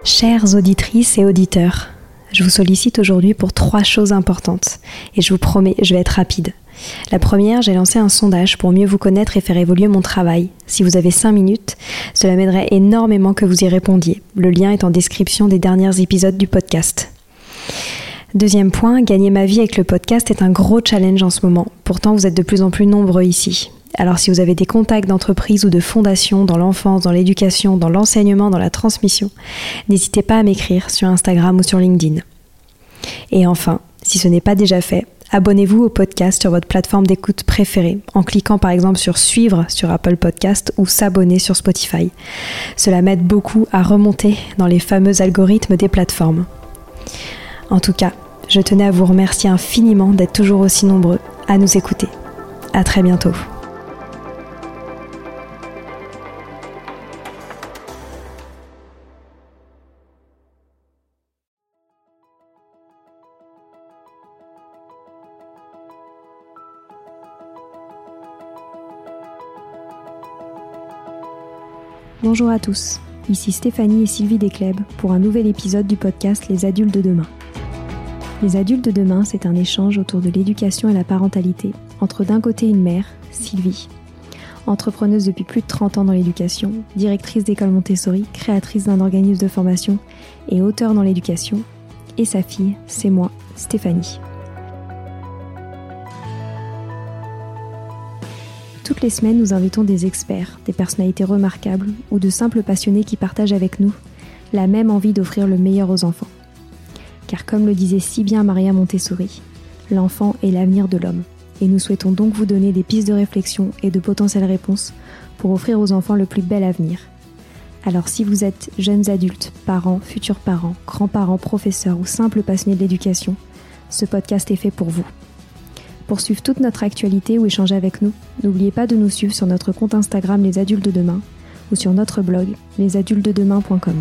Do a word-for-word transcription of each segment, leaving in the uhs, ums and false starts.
Chères auditrices et auditeurs, je vous sollicite aujourd'hui pour trois choses importantes et je vous promets, je vais être rapide. La première, j'ai lancé un sondage pour mieux vous connaître et faire évoluer mon travail. Si vous avez cinq minutes, cela m'aiderait énormément que vous y répondiez. Le lien est en description des derniers épisodes du podcast. Deuxième point, gagner ma vie avec le podcast est un gros challenge en ce moment. Pourtant, vous êtes de plus en plus nombreux ici. Alors si vous avez des contacts d'entreprise ou de fondations dans l'enfance, dans l'éducation, dans l'enseignement, dans la transmission, n'hésitez pas à m'écrire sur Instagram ou sur LinkedIn. Et enfin, si ce n'est pas déjà fait, abonnez-vous au podcast sur votre plateforme d'écoute préférée en cliquant par exemple sur suivre sur Apple Podcast ou s'abonner sur Spotify. Cela m'aide beaucoup à remonter dans les fameux algorithmes des plateformes. En tout cas, je tenais à vous remercier infiniment d'être toujours aussi nombreux à nous écouter. À très bientôt. Bonjour à tous, ici Stéphanie et Sylvie Descleb pour un nouvel épisode du podcast Les Adultes de demain. Les Adultes de demain, c'est un échange autour de l'éducation et la parentalité entre d'un côté une mère, Sylvie, entrepreneuse depuis plus de trente ans dans l'éducation, directrice d'école Montessori, créatrice d'un organisme de formation et auteure dans l'éducation, et sa fille, c'est moi, Stéphanie. Toutes les semaines, nous invitons des experts, des personnalités remarquables ou de simples passionnés qui partagent avec nous la même envie d'offrir le meilleur aux enfants. Car comme le disait si bien Maria Montessori, l'enfant est l'avenir de l'homme. Et nous souhaitons donc vous donner des pistes de réflexion et de potentielles réponses pour offrir aux enfants le plus bel avenir. Alors si vous êtes jeunes adultes, parents, futurs parents, grands-parents, professeurs ou simples passionnés de l'éducation, ce podcast est fait pour vous. Pour suivre toute notre actualité ou échanger avec nous, n'oubliez pas de nous suivre sur notre compte Instagram Les Adultes de Demain ou sur notre blog les adultes de demain point com.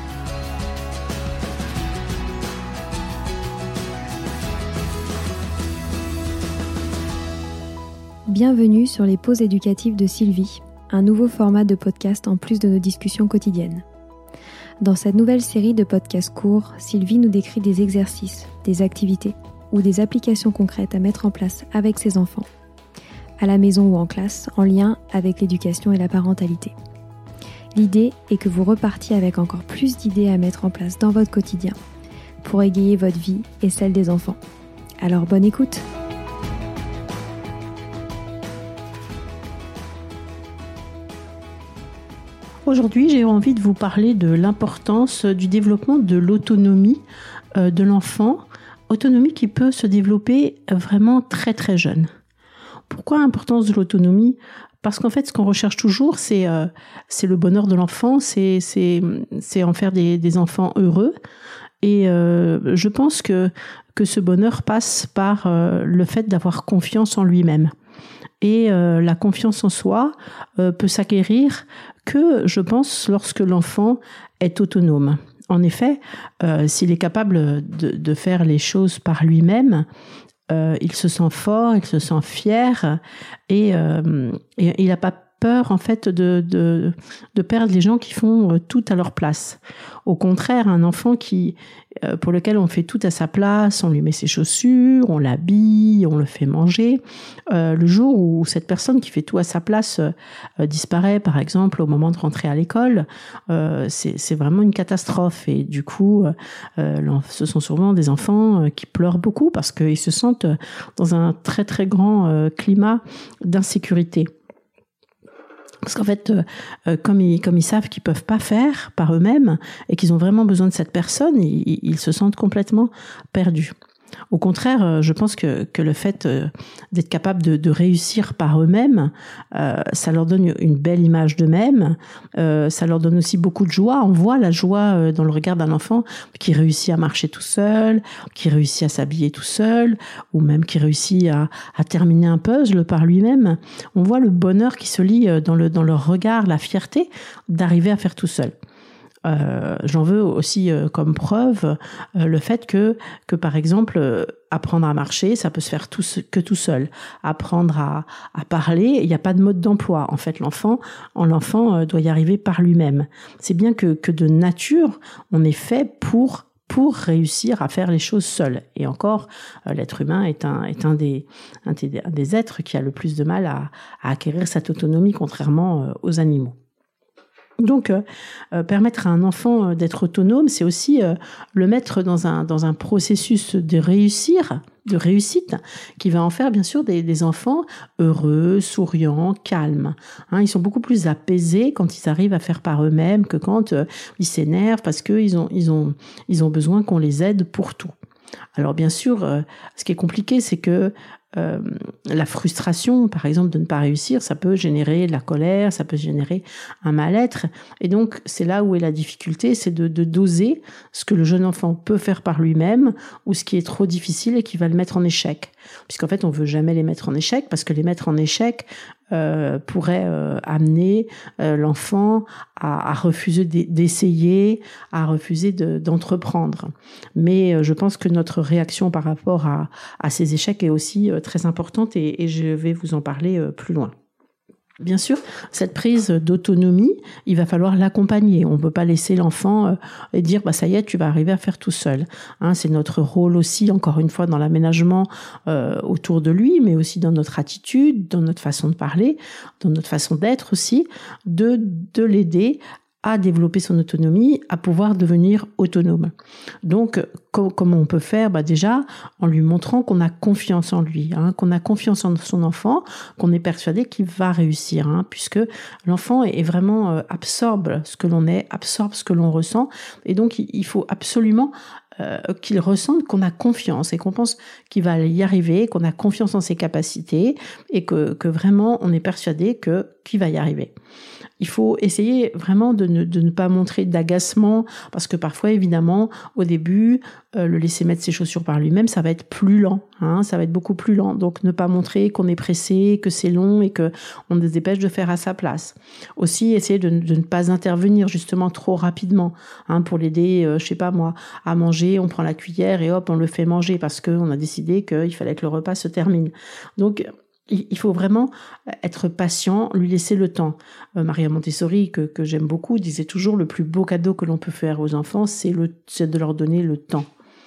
Bienvenue sur les pauses éducatives de Sylvie, un nouveau format de podcast en plus de nos discussions quotidiennes. Dans cette nouvelle série de podcasts courts, Sylvie nous décrit des exercices, des activités ou des applications concrètes à mettre en place avec ses enfants, à la maison ou en classe, en lien avec l'éducation et la parentalité. L'idée est que vous repartiez avec encore plus d'idées à mettre en place dans votre quotidien pour égayer votre vie et celle des enfants. Alors bonne écoute! Aujourd'hui, j'ai envie de vous parler de l'importance du développement de l'autonomie de l'enfant, autonomie qui peut se développer vraiment très très jeune. Pourquoi l'importance de l'autonomie ? Parce qu'en fait, ce qu'on recherche toujours, c'est, euh, c'est le bonheur de l'enfant, c'est, c'est, c'est en faire des, des enfants heureux. Et euh, je pense que, que ce bonheur passe par euh, le fait d'avoir confiance en lui-même. Et euh, la confiance en soi euh, peut s'acquérir que, je pense, lorsque l'enfant est autonome. En effet, euh, s'il est capable de, de faire les choses par lui-même, euh, il se sent fort, il se sent fier et, euh, et il n'a pas peur en fait de, de, de perdre les gens qui font tout à leur place. Au contraire, un enfant qui, euh, pour lequel on fait tout à sa place, on lui met ses chaussures, on l'habille, on le fait manger, euh, le jour où cette personne qui fait tout à sa place euh, disparaît, par exemple, au moment de rentrer à l'école, euh, c'est, c'est vraiment une catastrophe. Et du coup, euh, ce sont souvent des enfants qui pleurent beaucoup parce qu'ils se sentent dans un très très grand euh, climat d'insécurité. Parce qu'en fait, euh, comme, ils, comme ils savent qu'ils peuvent pas faire par eux-mêmes et qu'ils ont vraiment besoin de cette personne, ils, ils se sentent complètement perdus. Au contraire, je pense que, que le fait d'être capable de, de réussir par eux-mêmes, euh, ça leur donne une belle image d'eux-mêmes, euh, ça leur donne aussi beaucoup de joie. On voit la joie dans le regard d'un enfant qui réussit à marcher tout seul, qui réussit à s'habiller tout seul, ou même qui réussit à, à terminer un puzzle par lui-même. On voit le bonheur qui se lit dans, le, dans leur regard, la fierté d'arriver à faire tout seul. Euh, j'en veux aussi euh, comme preuve euh, le fait que, que par exemple, euh, apprendre à marcher, ça peut se faire tout, que tout seul. Apprendre à, à parler, il n'y a pas de mode d'emploi. En fait, l'enfant, l'enfant euh, doit y arriver par lui-même. C'est bien que, que de nature, on est fait pour pour réussir à faire les choses seul. Et encore, euh, l'être humain est un, est un des, un des, un des êtres qui a le plus de mal à, à acquérir cette autonomie, contrairement euh, aux animaux. Donc, euh, euh, permettre à un enfant euh, d'être autonome, c'est aussi euh, le mettre dans un, dans un processus de réussir, de réussite, qui va en faire bien sûr des, des enfants heureux, souriants, calmes. Hein, ils sont beaucoup plus apaisés quand ils arrivent à faire par eux-mêmes que quand euh, ils s'énervent parce qu'ils ont, ils ont, ils ont besoin qu'on les aide pour tout. Alors bien sûr, euh, ce qui est compliqué, c'est que Euh, la frustration, par exemple, de ne pas réussir, ça peut générer de la colère, ça peut générer un mal-être. Et donc, c'est là où est la difficulté, c'est de, de doser ce que le jeune enfant peut faire par lui-même ou ce qui est trop difficile et qui va le mettre en échec. Puisqu'en fait, on veut jamais les mettre en échec parce que les mettre en échec euh, pourrait euh, amener euh, l'enfant à, à refuser d'essayer, à refuser de, d'entreprendre. Mais euh, je pense que notre réaction par rapport à, à ces échecs est aussi euh, très importante et, et je vais vous en parler euh, plus loin. Bien sûr, cette prise d'autonomie, il va falloir l'accompagner. On ne peut pas laisser l'enfant euh, et dire bah, « ça y est, tu vas arriver à faire tout seul hein, ». C'est notre rôle aussi, encore une fois, dans l'aménagement euh, autour de lui, mais aussi dans notre attitude, dans notre façon de parler, dans notre façon d'être aussi, de, de l'aider à développer son autonomie, à pouvoir devenir autonome. Donc, co- comment on peut faire ? Bah déjà, en lui montrant qu'on a confiance en lui, hein, qu'on a confiance en son enfant, qu'on est persuadé qu'il va réussir, hein, puisque l'enfant est, est vraiment euh, absorbe ce que l'on est, absorbe ce que l'on ressent, et donc il, il faut absolument euh, qu'il ressente qu'on a confiance et qu'on pense qu'il va y arriver, qu'on a confiance en ses capacités et que, que vraiment on est persuadé que qu'il va y arriver. Il faut essayer vraiment de ne, de ne pas montrer d'agacement parce que parfois, évidemment, au début, euh, le laisser mettre ses chaussures par lui-même, ça va être plus lent, hein, ça va être beaucoup plus lent. Donc, ne pas montrer qu'on est pressé, que c'est long et que on se dépêche de faire à sa place. Aussi, essayer de, de ne pas intervenir justement trop rapidement, hein, pour l'aider, euh, je sais pas moi, à manger. On prend la cuillère et hop, on le fait manger parce qu'on a décidé qu'il fallait que le repas se termine. Donc, il faut vraiment être patient, lui laisser le temps. Euh, Maria Montessori, que, que j'aime beaucoup, disait toujours le plus beau cadeau que l'on peut faire aux enfants, c'est, le, c'est de leur donner le temps.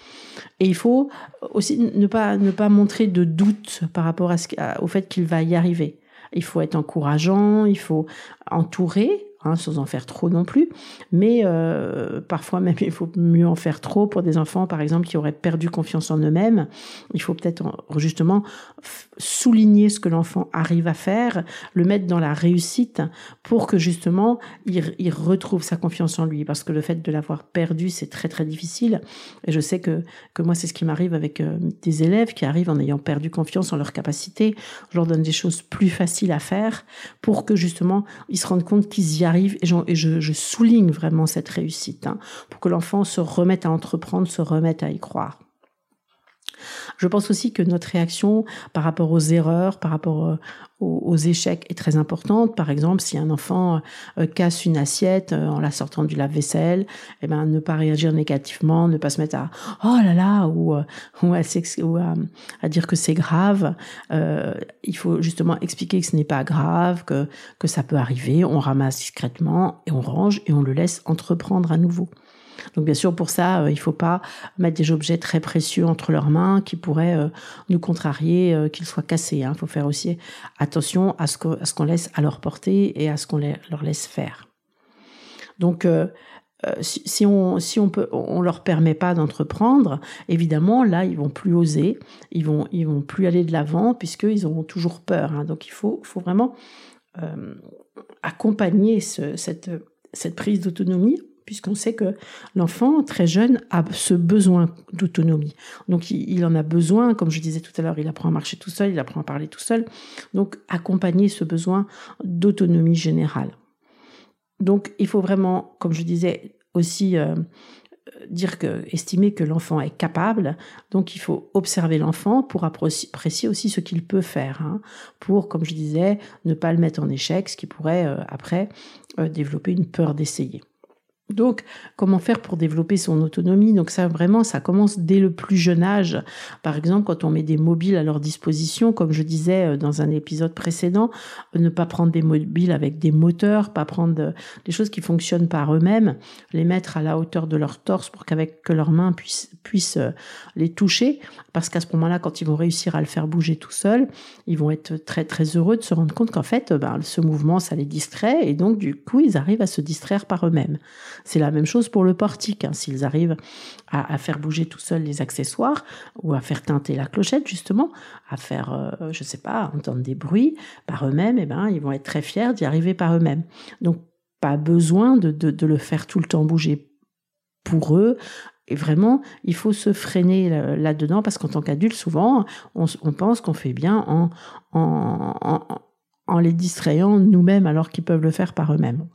Et il faut aussi ne pas, ne pas montrer de doute par rapport à ce, à, au fait qu'il va y arriver. Il faut être encourageant, il faut entourer, hein, sans en faire trop non plus, mais euh, parfois même il faut mieux en faire trop pour des enfants, par exemple, qui auraient perdu confiance en eux-mêmes. Il faut peut-être justement souligner ce que l'enfant arrive à faire, le mettre dans la réussite pour que justement il, il retrouve sa confiance en lui, parce que le fait de l'avoir perdu, c'est très très difficile. Et je sais que, que moi, c'est ce qui m'arrive avec euh, des élèves qui arrivent en ayant perdu confiance en leurs capacités. Je leur donne des choses plus faciles à faire pour que justement ils se rendent compte qu'ils y arrivent. Et, et je, je souligne vraiment cette réussite, hein, pour que l'enfant se remette à entreprendre, se remette à y croire. Je pense aussi que notre réaction par rapport aux erreurs, par rapport aux, aux échecs est très importante. Par exemple, si un enfant euh, casse une assiette euh, en la sortant du lave-vaisselle, eh ben, ne pas réagir négativement, ne pas se mettre à « oh là là » ou, euh, ou, à, ou à, à dire que c'est grave. Euh, il faut justement expliquer que ce n'est pas grave, que, que ça peut arriver. On ramasse discrètement et on range et on le laisse entreprendre à nouveau. Donc bien sûr, pour ça, euh, il ne faut pas mettre des objets très précieux entre leurs mains qui pourraient euh, nous contrarier, euh, qu'ils soient cassés. Il hein. faut faire aussi attention à ce, que, à ce qu'on laisse à leur portée et à ce qu'on les, leur laisse faire. Donc, euh, euh, si, si on si on peut, on leur permet pas d'entreprendre, évidemment, là, ils vont plus oser, ils vont ils vont plus aller de l'avant puisqu'ils auront toujours peur. Hein. Donc, il faut faut vraiment euh, accompagner ce, cette cette prise d'autonomie, puisqu'on sait que l'enfant, très jeune, a ce besoin d'autonomie. Donc, il, il en a besoin, comme je disais tout à l'heure, il apprend à marcher tout seul, il apprend à parler tout seul. Donc, accompagner ce besoin d'autonomie générale. Donc, il faut vraiment, comme je disais, aussi euh, dire que, estimer que l'enfant est capable. Donc, il faut observer l'enfant pour apprécier aussi ce qu'il peut faire, hein, pour, comme je disais, ne pas le mettre en échec, ce qui pourrait, euh, après, euh, développer une peur d'essayer. Donc, comment faire pour développer son autonomie? Donc ça, vraiment, ça commence dès le plus jeune âge. Par exemple, quand on met des mobiles à leur disposition, comme je disais dans un épisode précédent, ne pas prendre des mobiles avec des moteurs, pas prendre des choses qui fonctionnent par eux-mêmes, les mettre à la hauteur de leur torse pour qu'avec que leurs mains puissent, puissent les toucher. Parce qu'à ce moment-là, quand ils vont réussir à le faire bouger tout seuls, ils vont être très, très heureux de se rendre compte qu'en fait, ben, ce mouvement, ça les distrait. Et donc, du coup, ils arrivent à se distraire par eux-mêmes. C'est la même chose pour le portique. Hein. S'ils arrivent à, à faire bouger tout seuls les accessoires ou à faire teinter la clochette, justement, à faire, euh, je sais pas, entendre des bruits par eux-mêmes, eh ben, ils vont être très fiers d'y arriver par eux-mêmes. Donc, pas besoin de, de, de le faire tout le temps bouger pour eux. Et vraiment, il faut se freiner là-dedans parce qu'en tant qu'adulte, souvent, on, on pense qu'on fait bien en, en, en, en les distrayant nous-mêmes alors qu'ils peuvent le faire par eux-mêmes.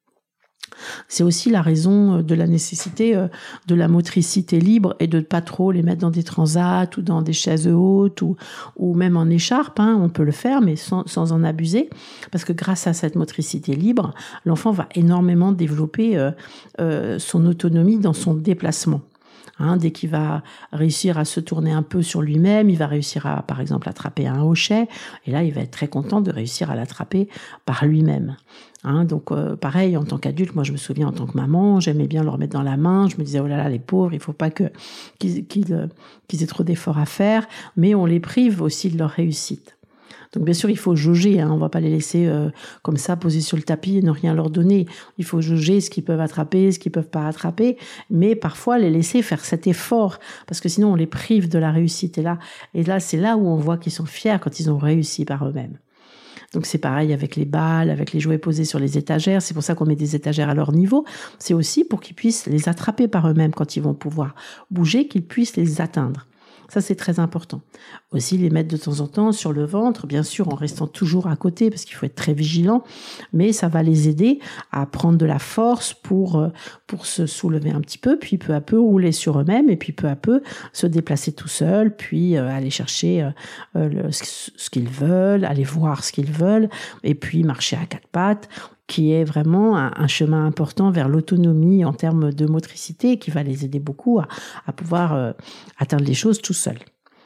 C'est aussi la raison de la nécessité de la motricité libre et de ne pas trop les mettre dans des transats ou dans des chaises hautes ou, ou même en écharpe. Hein. On peut le faire, mais sans, sans en abuser. Parce que grâce à cette motricité libre, l'enfant va énormément développer euh, euh, son autonomie dans son déplacement. Hein, dès qu'il va réussir à se tourner un peu sur lui-même, il va réussir à, par exemple, attraper un hochet. Et là, il va être très content de réussir à l'attraper par lui-même. Hein, donc, euh, pareil, en tant qu'adulte, moi, je me souviens en tant que maman, j'aimais bien leur mettre dans la main. Je me disais, oh là là, les pauvres, il faut pas que qu'ils, qu'ils, qu'ils aient trop d'efforts à faire. Mais on les prive aussi de leur réussite. Donc bien sûr, il faut jauger, hein, on ne va pas les laisser euh, comme ça posés sur le tapis et ne rien leur donner. Il faut jauger ce qu'ils peuvent attraper, ce qu'ils ne peuvent pas attraper, mais parfois les laisser faire cet effort, parce que sinon on les prive de la réussite. Et là, et là c'est là où on voit qu'ils sont fiers quand ils ont réussi par eux-mêmes. Donc c'est pareil avec les balles, avec les jouets posés sur les étagères. C'est pour ça qu'on met des étagères à leur niveau. C'est aussi pour qu'ils puissent les attraper par eux-mêmes quand ils vont pouvoir bouger, qu'ils puissent les atteindre. Ça, c'est très important. Aussi, les mettre de temps en temps sur le ventre, bien sûr, en restant toujours à côté, parce qu'il faut être très vigilant, mais ça va les aider à prendre de la force pour, pour se soulever un petit peu, puis peu à peu rouler sur eux-mêmes, et puis peu à peu se déplacer tout seuls, puis euh, aller chercher euh, le, ce qu'ils veulent, aller voir ce qu'ils veulent, et puis marcher à quatre pattes, qui est vraiment un, un chemin important vers l'autonomie en termes de motricité, qui va les aider beaucoup à, à pouvoir euh, atteindre les choses tout seuls.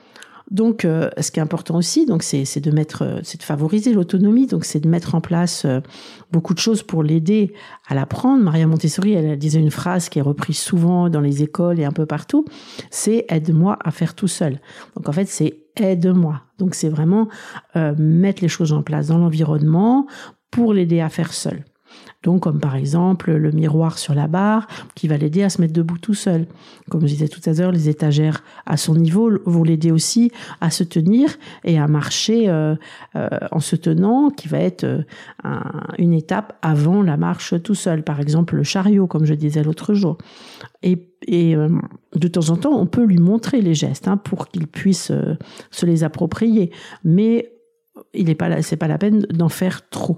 Donc, euh, ce qui est important aussi, donc c'est, c'est de mettre, c'est de favoriser l'autonomie. Donc, c'est de mettre en place euh, beaucoup de choses pour l'aider à l'apprendre. Maria Montessori, elle, elle disait une phrase qui est reprise souvent dans les écoles et un peu partout. C'est aide-moi à faire tout seul. Donc, en fait, c'est aide-moi. Donc, c'est vraiment euh, mettre les choses en place dans l'environnement pour l'aider à faire seul. Donc, comme par exemple le miroir sur la barre qui va l'aider à se mettre debout tout seul. Comme je disais tout à l'heure, les étagères à son niveau vont l'aider aussi à se tenir et à marcher euh, euh, en se tenant, qui va être euh, un, une étape avant la marche tout seul. Par exemple, le chariot, comme je disais l'autre jour. Et, et euh, de temps en temps, on peut lui montrer les gestes hein, pour qu'il puisse euh, se les approprier. Mais il n'est pas, c'est pas la peine d'en faire trop.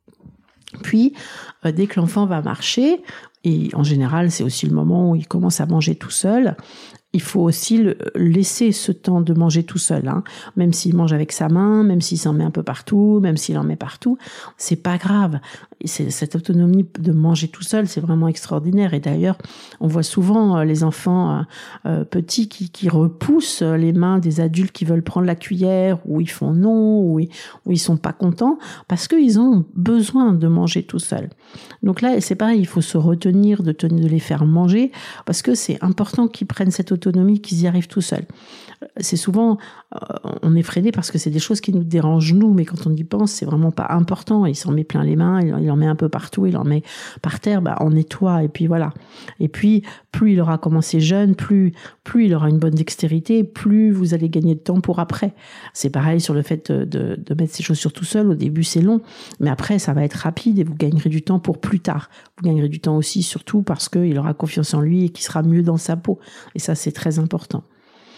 Puis, euh, dès que l'enfant va marcher, et en général, c'est aussi le moment où il commence à manger tout seul, il faut aussi le laisser ce temps de manger tout seul, hein. Même s'il mange avec sa main, même s'il s'en met un peu partout, même s'il en met partout, c'est pas grave. C'est, cette autonomie de manger tout seul, c'est vraiment extraordinaire. Et d'ailleurs, on voit souvent les enfants euh, petits qui, qui repoussent les mains des adultes qui veulent prendre la cuillère, ou ils font non, ou ils, ou ils sont pas contents, parce qu'ils ont besoin de manger tout seul. Donc là, c'est pareil, il faut se retenir de, tenir, de les faire manger, parce que c'est important qu'ils prennent cette autonomie autonomie, qu'ils y arrivent tout seuls. C'est souvent, euh, on est freiné parce que c'est des choses qui nous dérangent nous, mais quand on y pense, c'est vraiment pas important. Il s'en met plein les mains, il, il en met un peu partout, il en met par terre, bah, on nettoie, et puis voilà. Et puis, plus il aura commencé jeune, plus, plus il aura une bonne dextérité, plus vous allez gagner de temps pour après. C'est pareil sur le fait de, de, de mettre ses chaussures tout seul. Au début, c'est long, mais après, ça va être rapide et vous gagnerez du temps pour plus tard. Vous gagnerez du temps aussi, surtout parce qu'il aura confiance en lui et qu'il sera mieux dans sa peau. Et ça, c'est très important.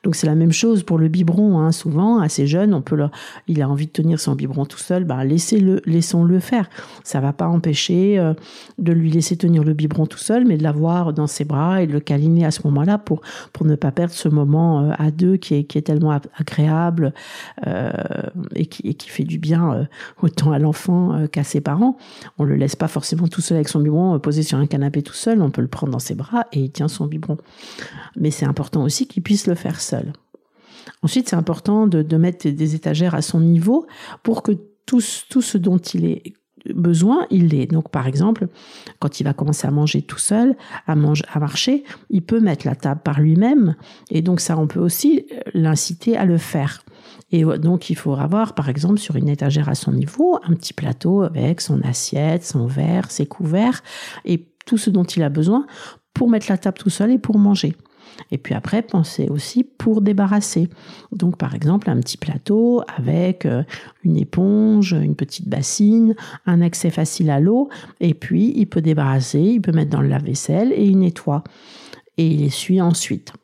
Donc c'est la même chose pour le biberon, hein. Souvent, assez jeune, on peut le, il a envie de tenir son biberon tout seul, bah laissez-le, laissons-le faire. Ça va pas empêcher euh, de lui laisser tenir le biberon tout seul, mais de l'avoir dans ses bras et de le câliner à ce moment-là pour pour ne pas perdre ce moment euh, à deux qui est qui est tellement agréable euh, et qui et qui fait du bien euh, autant à l'enfant euh, qu'à ses parents. On le laisse pas forcément tout seul avec son biberon euh, posé sur un canapé tout seul. On peut le prendre dans ses bras et il tient son biberon. Mais c'est important aussi qu'il puisse le faire seul. Ensuite, c'est important de, de mettre des étagères à son niveau pour que tout, tout ce dont il est besoin, il l'ait. Donc, par exemple, quand il va commencer à manger tout seul, à, manger, à marcher, il peut mettre la table par lui-même. Et donc, ça, on peut aussi l'inciter à le faire. Et donc, il faut avoir, par exemple, sur une étagère à son niveau, un petit plateau avec son assiette, son verre, ses couverts et tout ce dont il a besoin pour mettre la table tout seul et pour manger. Et puis après, pensez aussi pour débarrasser. Donc, par exemple, un petit plateau avec une éponge, une petite bassine, un accès facile à l'eau. Et puis, il peut débarrasser, il peut mettre dans le lave-vaisselle et il nettoie. Et il essuie ensuite.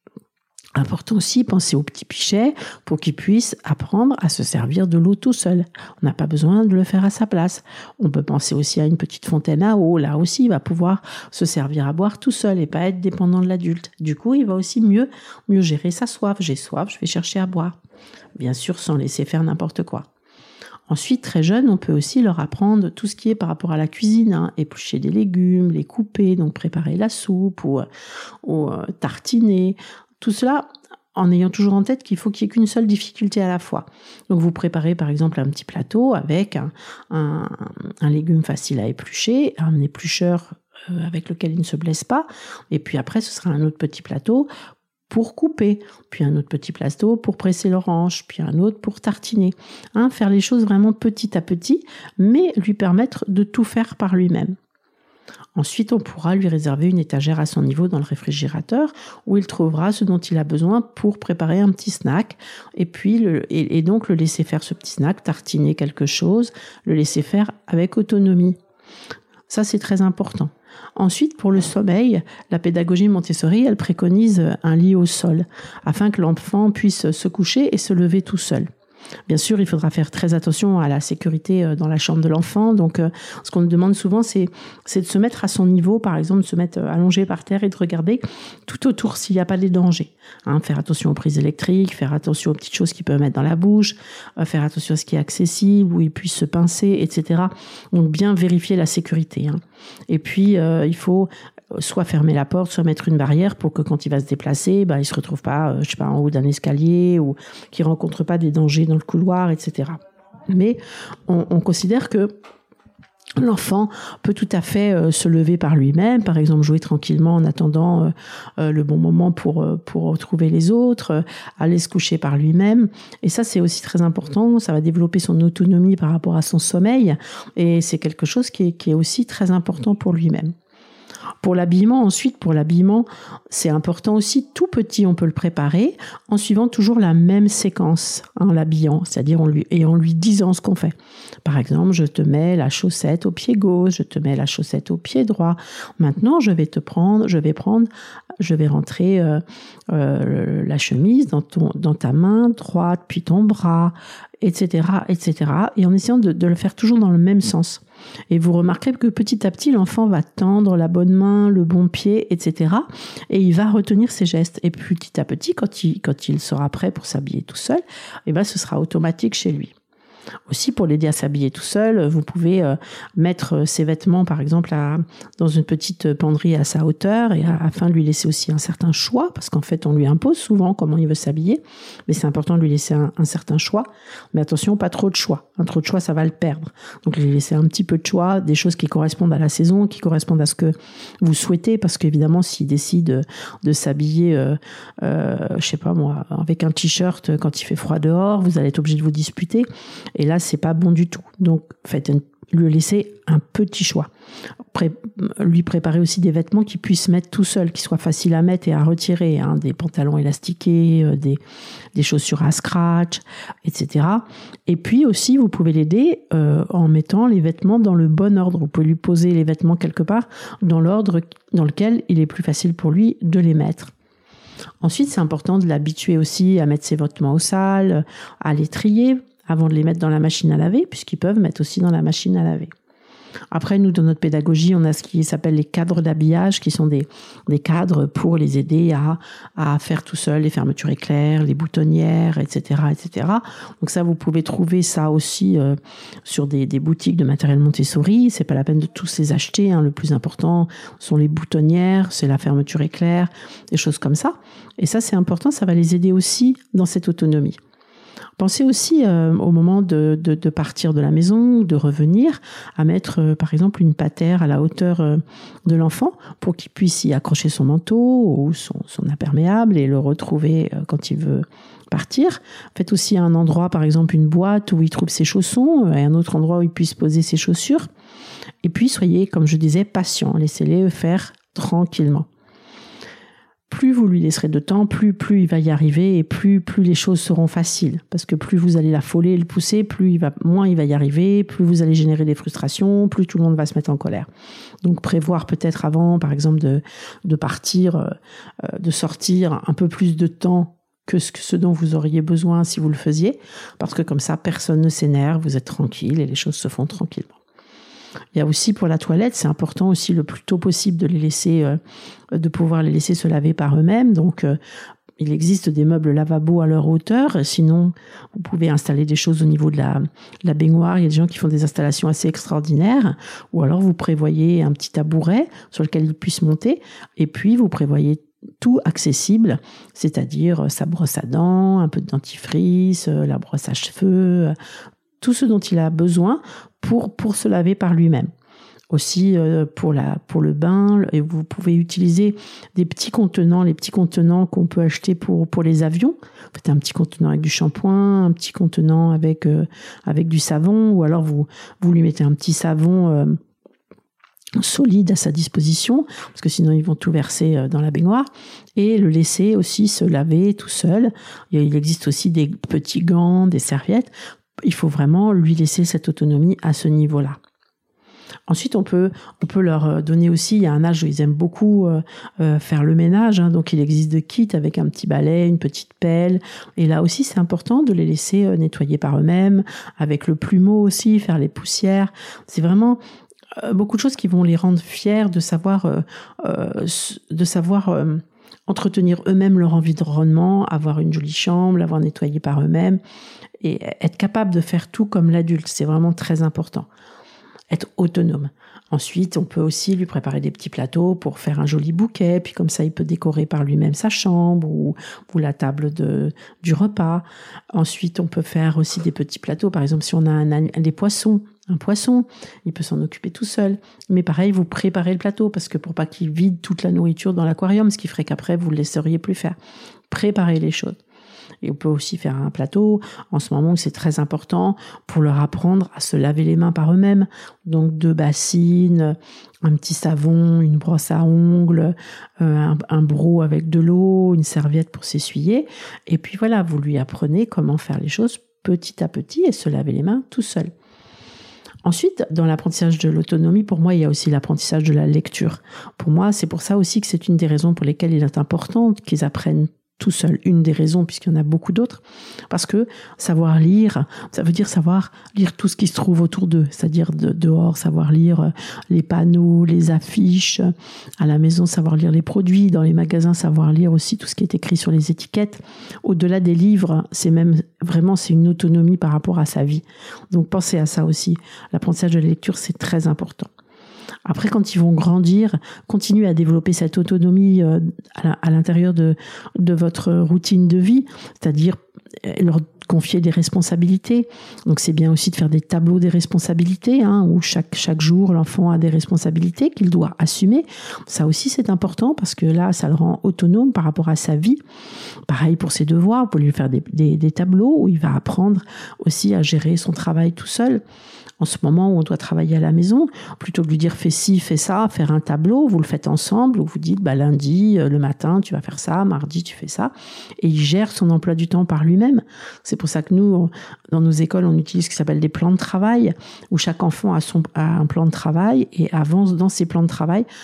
Important aussi, penser au petit pichet pour qu'il puisse apprendre à se servir de l'eau tout seul. On n'a pas besoin de le faire à sa place. On peut penser aussi à une petite fontaine à eau. Là aussi, il va pouvoir se servir à boire tout seul et pas être dépendant de l'adulte. Du coup, il va aussi mieux, mieux gérer sa soif. J'ai soif, je vais chercher à boire. Bien sûr, sans laisser faire n'importe quoi. Ensuite, très jeune, on peut aussi leur apprendre tout ce qui est par rapport à la cuisine, hein, éplucher des légumes, les couper, donc préparer la soupe ou, ou euh, tartiner. Tout cela en ayant toujours en tête qu'il faut qu'il n'y ait qu'une seule difficulté à la fois. Donc vous préparez par exemple un petit plateau avec un, un, un légume facile à éplucher, un éplucheur avec lequel il ne se blesse pas, et puis après ce sera un autre petit plateau pour couper, puis un autre petit plateau pour presser l'orange, puis un autre pour tartiner. Hein, faire les choses vraiment petit à petit, mais lui permettre de tout faire par lui-même. Ensuite, on pourra lui réserver une étagère à son niveau dans le réfrigérateur où il trouvera ce dont il a besoin pour préparer un petit snack et puis le, et, et donc le laisser faire ce petit snack, tartiner quelque chose, le laisser faire avec autonomie. Ça, c'est très important. Ensuite, pour le sommeil, la pédagogie Montessori, elle préconise un lit au sol afin que l'enfant puisse se coucher et se lever tout seul. Bien sûr, il faudra faire très attention à la sécurité dans la chambre de l'enfant. Donc, euh, ce qu'on nous demande souvent, c'est, c'est de se mettre à son niveau, par exemple, de se mettre allongé par terre et de regarder tout autour s'il n'y a pas des dangers. Hein, faire attention aux prises électriques, faire attention aux petites choses qu'il peut mettre dans la bouche, euh, faire attention à ce qui est accessible, où il puisse se pincer, et cetera. Donc, bien vérifier la sécurité. Hein. Et puis, euh, il faut soit fermer la porte, soit mettre une barrière pour que quand il va se déplacer, bah, il se retrouve pas, euh, je sais pas, en haut d'un escalier ou qu'il rencontre pas des dangers dans le couloir, et cetera. Mais on, on considère que l'enfant peut tout à fait euh, se lever par lui-même, par exemple jouer tranquillement en attendant euh, euh, le bon moment pour euh, pour retrouver les autres, euh, aller se coucher par lui-même. Et ça, c'est aussi très important. Ça va développer son autonomie par rapport à son sommeil, et c'est quelque chose qui est, qui est aussi très important pour lui-même. Pour l'habillement, ensuite, pour l'habillement, c'est important aussi, tout petit, on peut le préparer en suivant toujours la même séquence, en l'habillant, c'est-à-dire en lui, et en lui disant ce qu'on fait. Par exemple, je te mets la chaussette au pied gauche, je te mets la chaussette au pied droit. Maintenant, je vais te prendre, je vais prendre, je vais rentrer euh, euh, la chemise dans ton, dans ta main droite, puis ton bras, et cetera, et cetera. Et en essayant de, de le faire toujours dans le même sens. Et vous remarquerez que petit à petit, l'enfant va tendre la bonne main, le bon pied, et cetera. Et il va retenir ses gestes. Et petit à petit, quand il, quand il sera prêt pour s'habiller tout seul, eh ben, ce sera automatique chez lui. Aussi, pour l'aider à s'habiller tout seul, vous pouvez euh, mettre ses vêtements, par exemple, à, dans une petite penderie à sa hauteur, et à, afin de lui laisser aussi un certain choix, parce qu'en fait, on lui impose souvent comment il veut s'habiller, mais c'est important de lui laisser un, un certain choix. Mais attention, pas trop de choix. Un trop de choix, ça va le perdre. Donc, lui laisser un petit peu de choix, des choses qui correspondent à la saison, qui correspondent à ce que vous souhaitez, parce qu'évidemment, s'il décide de s'habiller, euh, euh, je sais pas moi, avec un t-shirt quand il fait froid dehors, vous allez être obligé de vous disputer. Et là, c'est pas bon du tout. Donc, faites un, lui laisser un petit choix. Pré- lui préparer aussi des vêtements qu'il puisse mettre tout seul, qui soient faciles à mettre et à retirer. Hein, des pantalons élastiqués, euh, des, des chaussures à scratch, et cetera. Et puis aussi, vous pouvez l'aider euh, en mettant les vêtements dans le bon ordre. Vous pouvez lui poser les vêtements quelque part dans l'ordre dans lequel il est plus facile pour lui de les mettre. Ensuite, c'est important de l'habituer aussi à mettre ses vêtements au sale, à les trier avant de les mettre dans la machine à laver, puisqu'ils peuvent mettre aussi dans la machine à laver. Après, nous, dans notre pédagogie, on a ce qui s'appelle les cadres d'habillage, qui sont des, des cadres pour les aider à, à faire tout seul les fermetures éclairs, les boutonnières, et cetera, et cetera. Donc ça, vous pouvez trouver ça aussi euh, sur des, des boutiques de matériel Montessori. C'est pas la peine de tous les acheter, hein. Le plus important sont les boutonnières, c'est la fermeture éclair, des choses comme ça. Et ça, c'est important, ça va les aider aussi dans cette autonomie. Pensez aussi euh, au moment de, de, de partir de la maison, de revenir, à mettre euh, par exemple une patère à la hauteur euh, de l'enfant pour qu'il puisse y accrocher son manteau ou son, son imperméable et le retrouver euh, quand il veut partir. Faites aussi un endroit, par exemple une boîte où il trouve ses chaussons et un autre endroit où il puisse poser ses chaussures. Et puis soyez, comme je disais, patient, laissez-les faire tranquillement. Plus vous lui laisserez de temps, plus, plus il va y arriver et plus, plus les choses seront faciles. Parce que plus vous allez l'affoler et le pousser, plus il va, moins il va y arriver, plus vous allez générer des frustrations, plus tout le monde va se mettre en colère. Donc prévoir peut-être avant, par exemple, de, de partir, euh, de sortir un peu plus de temps que ce, que ce dont vous auriez besoin si vous le faisiez. Parce que comme ça, personne ne s'énerve, vous êtes tranquille et les choses se font tranquillement. Il y a aussi pour la toilette, c'est important aussi le plus tôt possible de les laisser, euh, de pouvoir les laisser se laver par eux-mêmes. Donc, euh, il existe des meubles lavabo à leur hauteur. Sinon, vous pouvez installer des choses au niveau de la, de la baignoire. Il y a des gens qui font des installations assez extraordinaires. Ou alors, vous prévoyez un petit tabouret sur lequel ils puissent monter. Et puis, vous prévoyez tout accessible, c'est-à-dire sa brosse à dents, un peu de dentifrice, la brosse à cheveux, tout ce dont il a besoin pour, pour se laver par lui-même. Aussi euh, pour, la, pour le bain, et vous pouvez utiliser des petits contenants, les petits contenants qu'on peut acheter pour, pour les avions. Faites un petit contenant avec du shampoing, un petit contenant avec, euh, avec du savon, ou alors vous, vous lui mettez un petit savon euh, solide à sa disposition, parce que sinon ils vont tout verser dans la baignoire, et le laisser aussi se laver tout seul. Il existe aussi des petits gants, des serviettes. Il faut vraiment lui laisser cette autonomie à ce niveau-là. Ensuite, on peut, on peut leur donner aussi, il y a un âge où ils aiment beaucoup euh, euh, faire le ménage, hein, donc il existe des kits avec un petit balai, une petite pelle, et là aussi c'est important de les laisser euh, nettoyer par eux-mêmes, avec le plumeau aussi, faire les poussières. C'est vraiment euh, beaucoup de choses qui vont les rendre fiers de savoir, euh, euh, de savoir euh, entretenir eux-mêmes leur environnement, avoir une jolie chambre, l'avoir nettoyée par eux-mêmes, et être capable de faire tout comme l'adulte, c'est vraiment très important. Être autonome. Ensuite, on peut aussi lui préparer des petits plateaux pour faire un joli bouquet, puis comme ça, il peut décorer par lui-même sa chambre ou, ou la table de, du repas. Ensuite, on peut faire aussi des petits plateaux. Par exemple, si on a un, des poissons, un poisson, il peut s'en occuper tout seul. Mais pareil, vous préparez le plateau, parce que pour pas qu'il vide toute la nourriture dans l'aquarium, ce qui ferait qu'après, vous ne le laisseriez plus faire. Préparez les choses. Et on peut aussi faire un plateau, en ce moment où c'est très important, pour leur apprendre à se laver les mains par eux-mêmes. Donc deux bassines, un petit savon, une brosse à ongles, euh, un, un broc avec de l'eau, une serviette pour s'essuyer. Et puis voilà, vous lui apprenez comment faire les choses petit à petit et se laver les mains tout seul. Ensuite, dans l'apprentissage de l'autonomie, pour moi, il y a aussi l'apprentissage de la lecture. Pour moi, c'est pour ça aussi que c'est une des raisons pour lesquelles il est important qu'ils apprennent tout seul. Une des raisons, puisqu'il y en a beaucoup d'autres, parce que savoir lire, ça veut dire savoir lire tout ce qui se trouve autour d'eux, c'est-à-dire de, dehors, savoir lire les panneaux, les affiches, à la maison, savoir lire les produits, dans les magasins, savoir lire aussi tout ce qui est écrit sur les étiquettes. Au-delà des livres, c'est même vraiment, c'est une autonomie par rapport à sa vie. Donc pensez à ça aussi. L'apprentissage de la lecture, c'est très important. Après, quand ils vont grandir, continuez à développer cette autonomie euh, à l'intérieur de, de votre routine de vie, c'est-à-dire leur confier des responsabilités. Donc c'est bien aussi de faire des tableaux des responsabilités, hein, où chaque, chaque jour, l'enfant a des responsabilités qu'il doit assumer. Ça aussi, c'est important, parce que là, ça le rend autonome par rapport à sa vie. Pareil pour ses devoirs, vous pouvez lui faire des, des, des tableaux où il va apprendre aussi à gérer son travail tout seul. En ce moment où on doit travailler à la maison, plutôt que de lui dire fais ci, fais ça, faire un tableau, vous le faites ensemble, où vous dites bah, lundi, le matin, tu vas faire ça, mardi, tu fais ça. Et il gère son emploi du temps par lui-même. C'est pour ça que nous, dans nos écoles, on utilise ce qui s'appelle des plans de travail, où chaque enfant a, son, a un plan de travail et avance dans ses plans de travail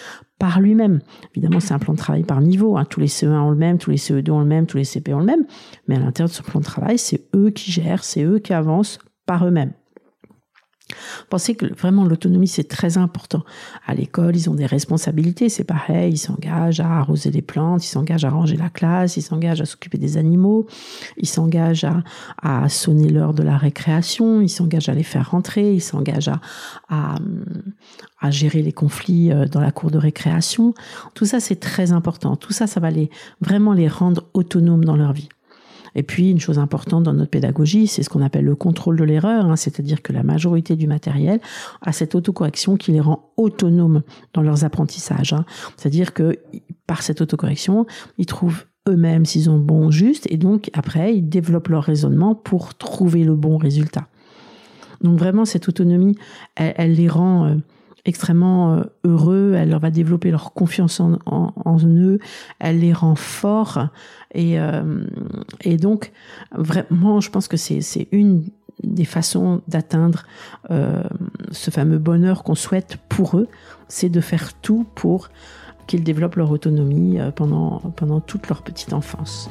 par lui-même. Évidemment, c'est un plan de travail par niveau. Hein. Tous les C E un ont le même, tous les C E deux ont le même, tous les C P ont le même. Mais à l'intérieur de ce plan de travail, c'est eux qui gèrent, c'est eux qui avancent par eux-mêmes. Pensez que vraiment l'autonomie c'est très important. À l'école, ils ont des responsabilités, c'est pareil, ils s'engagent à arroser les plantes, ils s'engagent à ranger la classe, ils s'engagent à s'occuper des animaux, ils s'engagent à, à sonner l'heure de la récréation, ils s'engagent à les faire rentrer, ils s'engagent à, à, à gérer les conflits dans la cour de récréation. Tout ça c'est très important. Tout ça, ça va les, vraiment les rendre autonomes dans leur vie. Et puis, une chose importante dans notre pédagogie, c'est ce qu'on appelle le contrôle de l'erreur, hein, c'est-à-dire que la majorité du matériel a cette autocorrection qui les rend autonomes dans leurs apprentissages. Hein. C'est-à-dire que par cette autocorrection, ils trouvent eux-mêmes s'ils ont bon juste, et donc après, ils développent leur raisonnement pour trouver le bon résultat. Donc vraiment, cette autonomie, elle, elle les rend euh, extrêmement euh, heureux, elle leur va développer leur confiance en, en, en eux, elle les rend forts, et, euh, et donc vraiment je pense que c'est, c'est une des façons d'atteindre euh, ce fameux bonheur qu'on souhaite pour eux, c'est de faire tout pour qu'ils développent leur autonomie pendant, pendant toute leur petite enfance.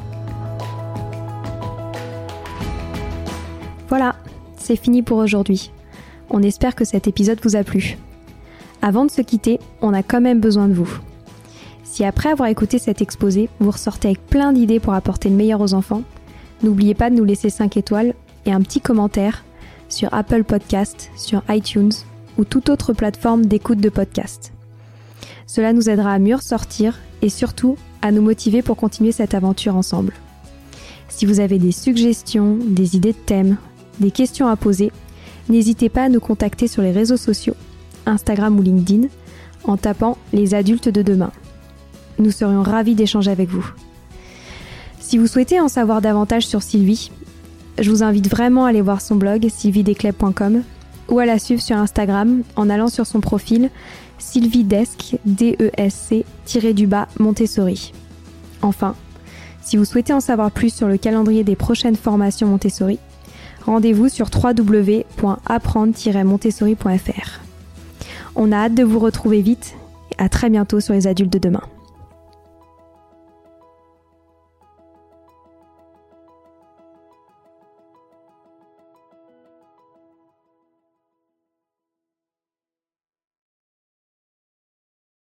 Voilà, c'est fini pour aujourd'hui. On espère que cet épisode vous a plu. Avant de se quitter, on a quand même besoin de vous. Si après avoir écouté cet exposé, vous ressortez avec plein d'idées pour apporter le meilleur aux enfants, n'oubliez pas de nous laisser cinq étoiles et un petit commentaire sur Apple Podcast, sur iTunes ou toute autre plateforme d'écoute de podcast. Cela nous aidera à mieux ressortir et surtout à nous motiver pour continuer cette aventure ensemble. Si vous avez des suggestions, des idées de thèmes, des questions à poser, n'hésitez pas à nous contacter sur les réseaux sociaux, Instagram ou LinkedIn, en tapant « Les adultes de demain ». Nous serions ravis d'échanger avec vous. Si vous souhaitez en savoir davantage sur Sylvie, je vous invite vraiment à aller voir son blog sylvie desclèves point com ou à la suivre sur Instagram en allant sur son profil sylviedesc, D E S C, tiré du bas, Montessori. Enfin, si vous souhaitez en savoir plus sur le calendrier des prochaines formations Montessori, rendez-vous sur w w w point apprendre tiret montessori point f r. On a hâte de vous retrouver vite et à très bientôt sur Les Adultes de demain.